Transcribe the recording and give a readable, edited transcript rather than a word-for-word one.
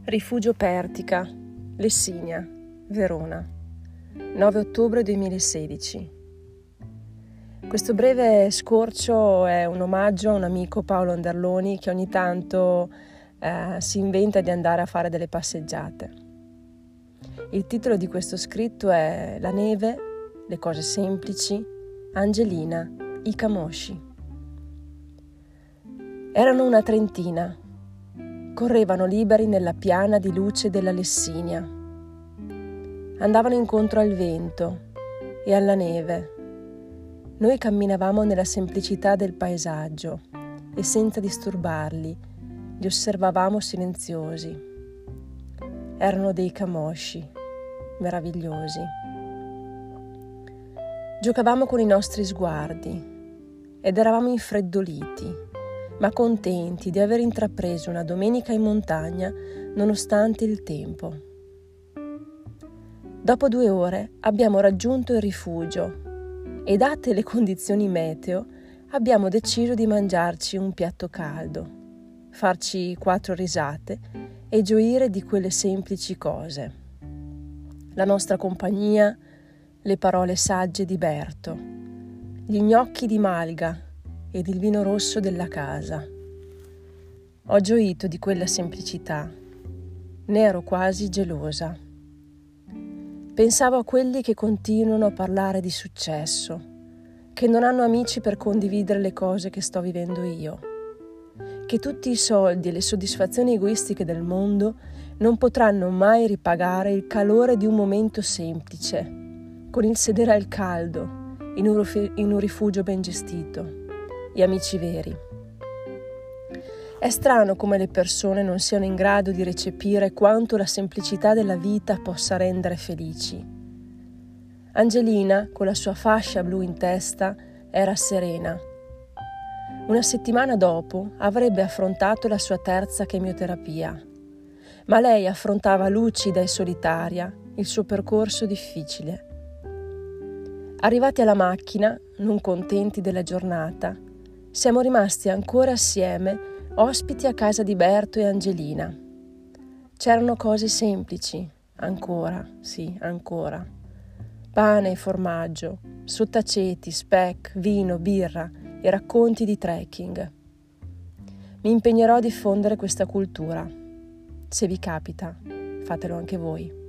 Rifugio Pertica, Lessinia, Verona, 9 ottobre 2016. Questo breve scorcio è un omaggio a un amico, Paolo Anderloni, che ogni tanto si inventa di andare a fare delle passeggiate. Il titolo di questo scritto è La neve, le cose semplici, Angelina, i camosci. Erano una trentina. Correvano liberi nella piana di luce della Lessinia. Andavano incontro al vento e alla neve. Noi camminavamo nella semplicità del paesaggio e senza disturbarli, li osservavamo silenziosi. Erano dei camosci, meravigliosi. Giocavamo con i nostri sguardi ed eravamo infreddoliti, ma contenti di aver intrapreso una domenica in montagna nonostante il tempo. Dopo 2 ore abbiamo raggiunto il rifugio e, date le condizioni meteo, abbiamo deciso di mangiarci un piatto caldo, farci 4 risate e gioire di quelle semplici cose. La nostra compagnia, le parole sagge di Berto, gli gnocchi di malga ed il vino rosso della casa. Ho gioito di quella semplicità, ne ero quasi gelosa. Pensavo a quelli che continuano a parlare di successo, che non hanno amici per condividere le cose che sto vivendo io, che tutti i soldi e le soddisfazioni egoistiche del mondo non potranno mai ripagare il calore di un momento semplice, con il sedere al caldo, in un rifugio ben gestito. Gli amici veri. È strano come le persone non siano in grado di recepire quanto la semplicità della vita possa rendere felici. Angelina, con la sua fascia blu in testa, era serena. Una settimana dopo avrebbe affrontato la sua 3ª chemioterapia, ma lei affrontava lucida e solitaria il suo percorso difficile. Arrivati alla macchina, non contenti della giornata, siamo rimasti ancora assieme, ospiti a casa di Berto e Angelina. C'erano cose semplici, ancora, sì, ancora. Pane e formaggio, sottaceti, speck, vino, birra e racconti di trekking. Mi impegnerò a diffondere questa cultura. Se vi capita, fatelo anche voi.